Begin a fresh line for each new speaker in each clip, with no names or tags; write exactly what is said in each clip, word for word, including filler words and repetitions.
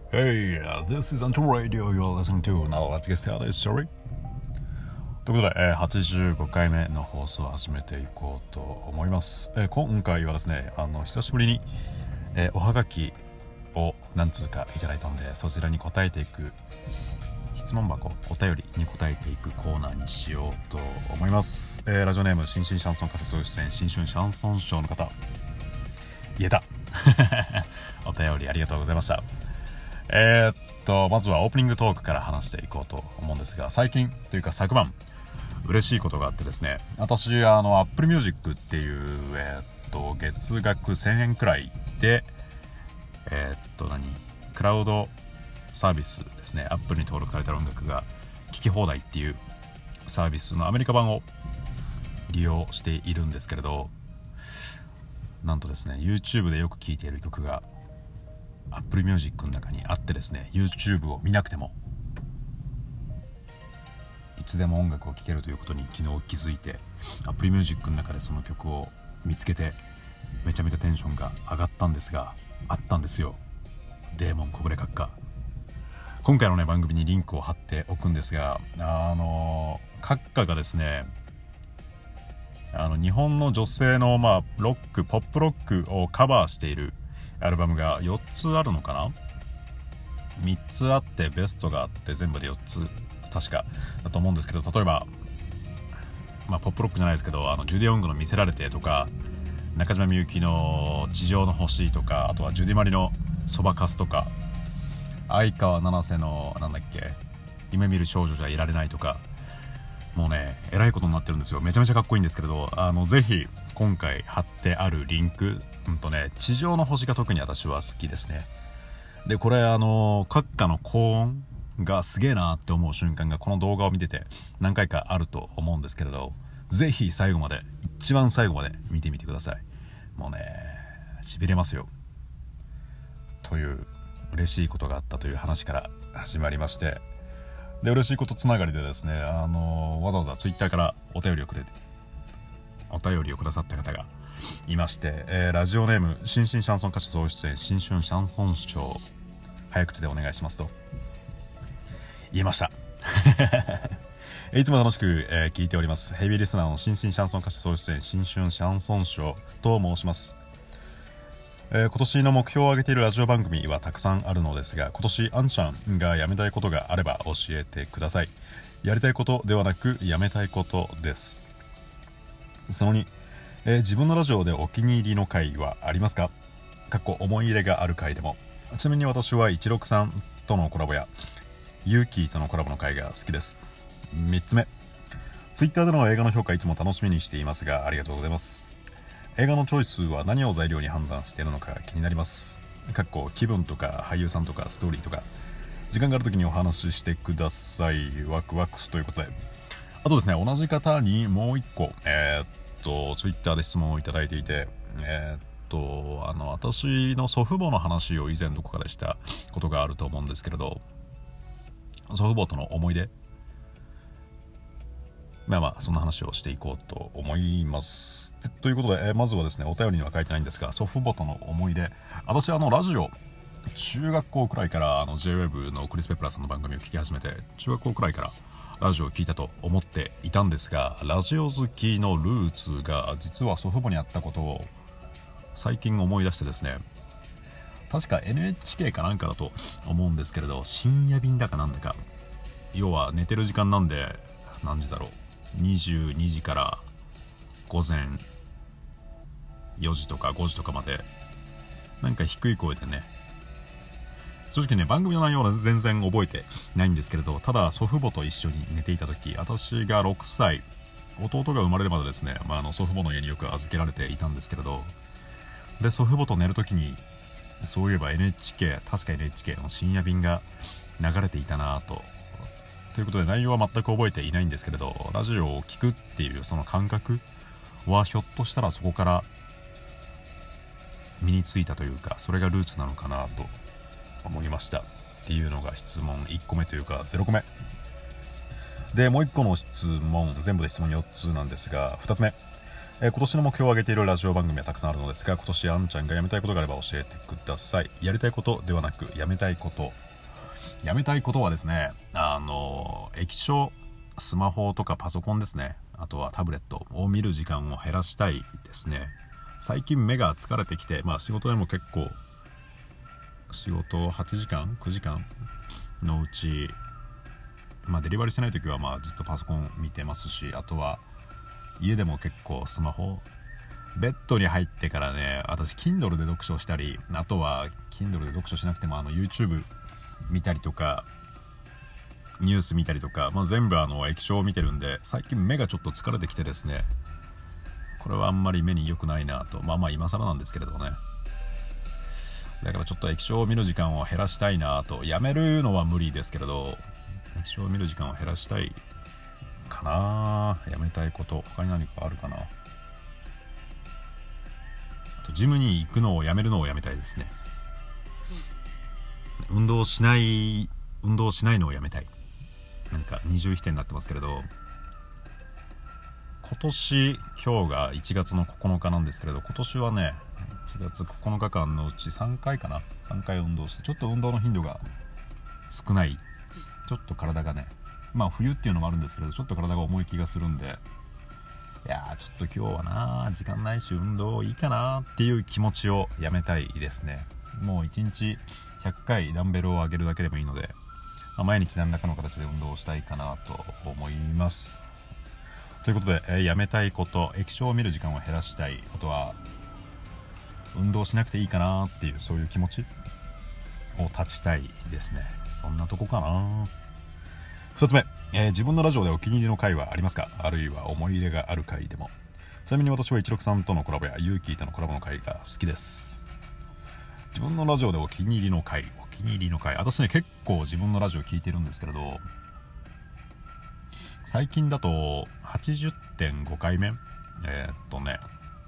Hey, uh, this is Anto Radio you're listening to. Now let's get started, sorry. ということで、えー、はちじゅうごかいめの放送を始めていこうと思います。えー、今回はですね、あの久しぶりに、えー、おはがきを何通かいただいたので、そちらに答えていく質問箱、お便りに答えていくコーナーにしようと思います。えー、ラジオネーム新春シャンソン歌手総出演新春シャンソンショーの方、言えたお便りありがとうございました。えー、っとまずはオープニングトークから話していこうと思うんですが、最近というか昨晩嬉しいことがあってですね、私あの Apple Music っていう、えー、っと月額せんえんくらいでえー、っと何クラウドサービスですね、 Apple に登録された音楽が聴き放題っていうサービスのアメリカ版を利用しているんですけれど、なんとですね YouTube でよく聴いている曲がApple Music の中にあってですね、 YouTube を見なくてもいつでも音楽を聴けるということに昨日気づいて、 Apple Music の中でその曲を見つけてめちゃめちゃテンションが上がったんですが、あったんですよ、デーモン小暮閣下。今回のね番組にリンクを貼っておくんですが、あの閣下がですね、あの日本の女性のまあロックポップロックをカバーしているアルバムがよっつあるのかな、みっつあってベストがあって全部でよっつ確かだと思うんですけど、例えば、まあ、ポップロックじゃないですけど、あのジュディ・オングの見せられてとか、中島みゆきの地上の星とか、あとはジュディ・マリのそばかすとか、相川七瀬のなんだっけ夢見る少女じゃいられないとか、もうねえらいことになってるんですよ。めちゃめちゃかっこいいんですけれど、あのぜひ今回貼ってあるリンク、うんとね地上の星が特に私は好きですね。でこれあの閣下の高音がすげえなって思う瞬間がこの動画を見てて何回かあると思うんですけれど、ぜひ最後まで一番最後まで見てみてください。もうね痺れますよという嬉しいことがあったという話から始まりまして、で嬉しいことつながりでですね、あのわざわざツイッターからお便りをくれてお便りをくださった方がいまして、えー、ラジオネーム新進シャンソン歌手総出演新春シャンソンショー、早口でお願いしますと言えましたいつも楽しく、えー、聞いておりますヘビーリスナーの新進シャンソン歌手総出演新春シャンソンショーと申します。えー、今年の目標を挙げているラジオ番組はたくさんあるのですが、今年あんちゃんがやめたいことがあれば教えてください。やりたいことではなくやめたいことです。そのに、えー、自分のラジオでお気に入りの回はありますか？かっこ思い入れがある回でも。ちなみに私はいちろくさんとのコラボやユーキーとのコラボの回が好きです。みっつめ、ツイッターでの映画の評価いつも楽しみにしていますがありがとうございます。映画のチョイスは何を材料に判断しているのか気になります。かっこ気分とか俳優さんとかストーリーとか、時間がある時にお話ししてください。ワクワクということで、あとですね同じ方にもう一個えー、っとツイッターで質問をいただいていて、えー、っとあの私の祖父母の話を以前どこかでしたことがあると思うんですけれど、祖父母との思い出、まあまあそんな話をしていこうと思います。ということで、えー、まずはですねお便りには書いてないんですが、祖父母との思い出、私あのラジオ中学校くらいからあの ジェイウェーブ のクリス・ペプラーさんの番組を聞き始めて、中学校くらいからラジオを聞いたと思っていたんですが、ラジオ好きのルーツが実は祖父母にあったことを最近思い出してですね、確か エヌエイチケー かなんかだと思うんですけれど、深夜便だかなんだか、要は寝てる時間なんで何時だろう、にじゅうにじから午前よじとかごじとかまでなんか低い声でね、正直ね番組の内容は全然覚えてないんですけれど、ただ祖父母と一緒に寝ていた時、私がろくさい、弟が生まれるまでですね、まあ、あの祖父母の家によく預けられていたんですけれど、で祖父母と寝る時にそういえば エヌエイチケー、確か エヌエイチケー の深夜便が流れていたなとということで、内容は全く覚えていないんですけれど、ラジオを聞くっていうその感覚はひょっとしたらそこから身についたというか、それがルーツなのかなと思いましたっていうのが質問いっこめというかゼロこめで、もういっこの質問、全部で質問よっつなんですが、ふたつめ、 えー、今年の目標を上げているラジオ番組はたくさんあるのですが、今年あんちゃんがやめたいことがあれば教えてください。やりたいことではなくやめたいこと。やめたいことはですね、あの液晶スマホとかパソコンですね、あとはタブレットを見る時間を減らしたいですね。最近目が疲れてきて、まあ仕事でも結構仕事はちじかんくじかんのうち、まあデリバリーしてない時はまあずっとパソコン見てますし、あとは家でも結構スマホ、ベッドに入ってからね、私 Kindle で読書したり、あとは Kindle で読書しなくてもあの YouTube 見たりとかニュース見たりとか、まあ、全部あの液晶を見てるんで、最近目がちょっと疲れてきてですね、これはあんまり目に良くないなと。まあまあ今更なんですけれどね、だからちょっと液晶を見る時間を減らしたいなと。やめるのは無理ですけれど、液晶を見る時間を減らしたいかな。やめたいこと、他に何かあるかな。あとジムに行くのをやめるのをやめたいですね。運動しない運動しないのをやめたい。なんか二重否定になってますけれど、今年今日がいちがつのここのかなんですけれど、今年はねいちがつここのかかんのうちさんかいかな、さんかい運動して、ちょっと運動の頻度が少ない。ちょっと体がね、まあ冬っていうのもあるんですけど、ちょっと体が重い気がするんで、いやーちょっと今日はな時間ないし運動いいかなっていう気持ちをやめたいですね。もういちにちひゃっかいダンベルを上げるだけでもいいので、まあ、毎日何らかの形で運動をしたいかなと思います。ということで、えー、やめたいこと、液晶を見る時間を減らしたい、あとは運動しなくていいかなっていう、そういう気持ちを断ちたいですね。そんなとこかな。ふたつめ、えー、自分のラジオでお気に入りの回はありますか？あるいは思い入れがある回でも。ちなみに私はいちろくさんとのコラボやユーキーとのコラボの回が好きです。自分のラジオでお気に入りの回、お気に入りの回、私ね結構自分のラジオ聞いてるんですけれど、最近だと はちじゅってんごかいめ、えー、っとね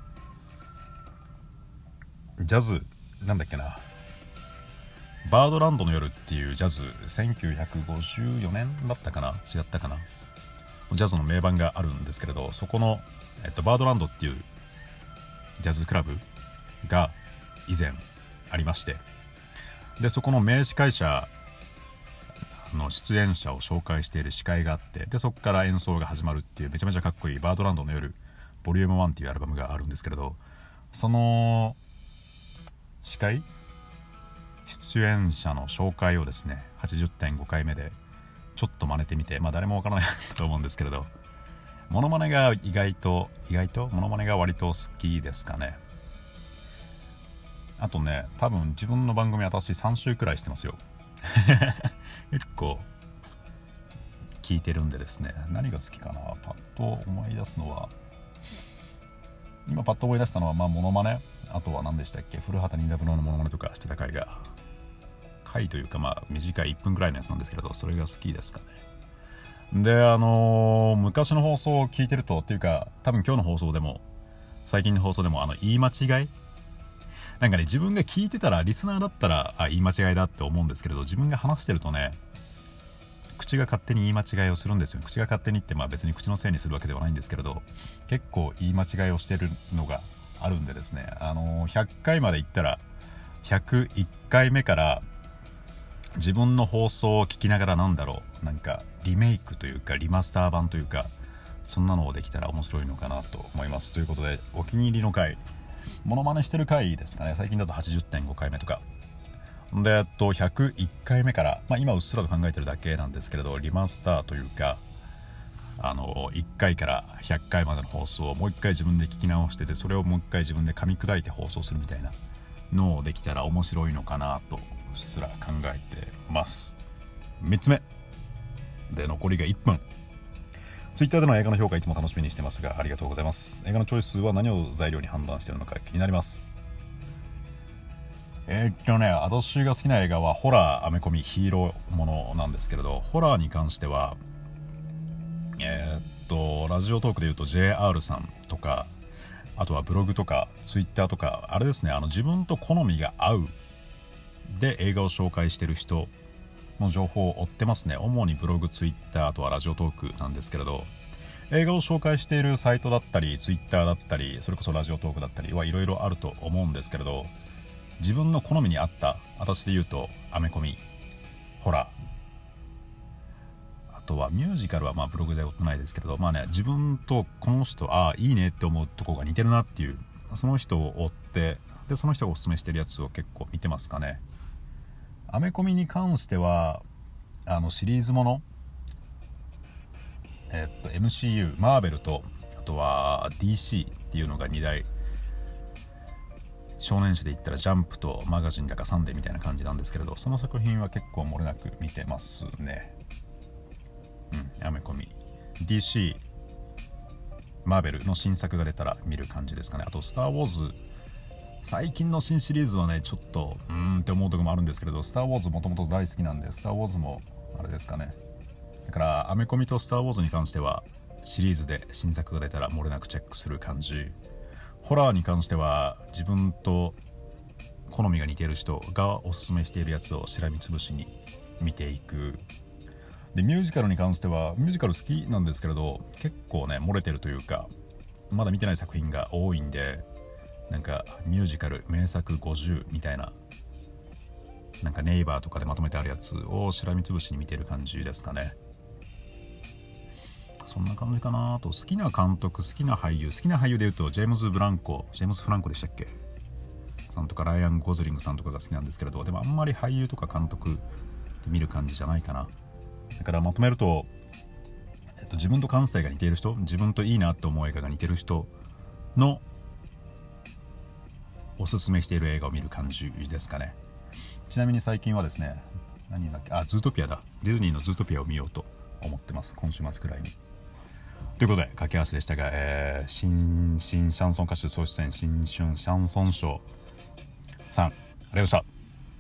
ジャズなんだっけな、バードランドの夜っていうジャズ、せんきゅうひゃくごじゅうよねんだったかな、違ったかな、ジャズの名盤があるんですけれど、そこの、えっと、バードランドっていうジャズクラブが以前ありまして、でそこの名司会者の出演者を紹介している司会があって、でそこから演奏が始まるっていうめちゃめちゃかっこいいバードランドの夜ボリュームワンっていうアルバムがあるんですけれど、その司会出演者の紹介をですね はちじゅってんごかいめでちょっと真似てみて、まあ誰もわからないと思うんですけれど、モノマネが意外と意外とモノマネが割と好きですかね。あとね、多分自分の番組私さんしゅうくらいしてますよ結構聞いてるんでですね、何が好きかな、パッと思い出すのは、今パッと思い出したのはまあモノマネ、あとは何でしたっけ、古畑任三郎のモノマネとかしてた回が、回というかまあ短いいっぷんくらいのやつなんですけれど、それが好きですかね。であのー、昔の放送を聞いてるとっていうか、多分今日の放送でも最近の放送でもあの言い間違いなんかね、自分が聞いてたらリスナーだったらあ言い間違いだって思うんですけれど、自分が話してるとね口が勝手に言い間違いをするんですよ。口が勝手にってまあ別に口のせいにするわけではないんですけれど、結構言い間違いをしてるのがあるんでですね、あのー、ひゃっかいまで行ったらひゃくいっかいめから自分の放送を聞きながら、なんだろう、なんかリメイクというかリマスター版というか、そんなのをできたら面白いのかなと思います。ということで、お気に入りの回、モノマネしてる回ですかね。最近だと はちじゅってんごかいめとかで、えっとひゃくいっかいめから、まあ、今うっすらと考えてるだけなんですけれど、リマスターというか、あのいっかいからひゃっかいまでの放送をもういっかい自分で聞き直してて、それをもういっかい自分で噛み砕いて放送するみたいなのをできたら面白いのかなとうっすら考えてます。みっつめで、残りがいっぷん。ツイッターでの映画の評価いつも楽しみにしてますが、ありがとうございます。映画のチョイスは何を材料に判断しているのか気になります。えーっとね私が好きな映画はホラー、アメコミ、ヒーローものなんですけれど、ホラーに関してはえーっとラジオトークでいうと ジェイアール さんとか、あとはブログとかツイッターとか、あれですね、あの自分と好みが合うで映画を紹介してる人の情報を追ってますね。主にブログ、ツイッター、あとはラジオトークなんですけれど、 映画を紹介しているサイトだったりツイッターだったり、それこそラジオトークだったりはいろいろあると思うんですけれど、自分の好みに合った、私で言うとアメコミ、ホラー、あとはミュージカルはまあブログで追ってないですけれど、まあね、自分とこの人ああいいねって思うとこが似てるなっていう、その人を追って、でその人がおすすめしてるやつを結構見てますかね。アメコミに関してはあのシリーズもの、えっと エムシーユー マーベルと、あとは ディーシー っていうのがに大少年誌で言ったらジャンプとマガジンだかサンデーみたいな感じなんですけれど、その作品は結構漏れなく見てますね。うん、アメコミ ディーシー マーベルの新作が出たら見る感じですかね。あとスター・ウォーズ、最近の新シリーズはねちょっとうーんって思うところもあるんですけれど、スター・ウォーズもともと大好きなんで、スター・ウォーズもあれですかね。だからアメコミとスター・ウォーズに関してはシリーズで新作が出たら漏れなくチェックする感じ。ホラーに関しては自分と好みが似ている人がおすすめしているやつをしらみつぶしに見ていく。でミュージカルに関してはミュージカル好きなんですけれど、結構ね漏れてるというかまだ見てない作品が多いんで、なんかミュージカル名作ごじゅうみたいな、なんかネイバーとかでまとめてあるやつをしらみつぶしに見てる感じですかね。そんな感じかな。あと好きな監督、好きな俳優、好きな俳優でいうとジェームズ・ブランコ、ジェームズ・フランコでしたっけさんとかライアン・ゴズリングさんとかが好きなんですけれど、でもあんまり俳優とか監督で見る感じじゃないかな。だからまとめると、えっと、自分と感性が似ている人、自分といいなって思う映画が似ている人のおすすめしている映画を見る感じですかね。ちなみに最近はですね、何だっけ、あ、ズートピアだ、ディズニーのズートピアを見ようと思ってます、今週末くらいに。ということで駆け足でしたが、えー、新新シャンソン歌手総出演新春シャンソンショーさん、ありがとうございました。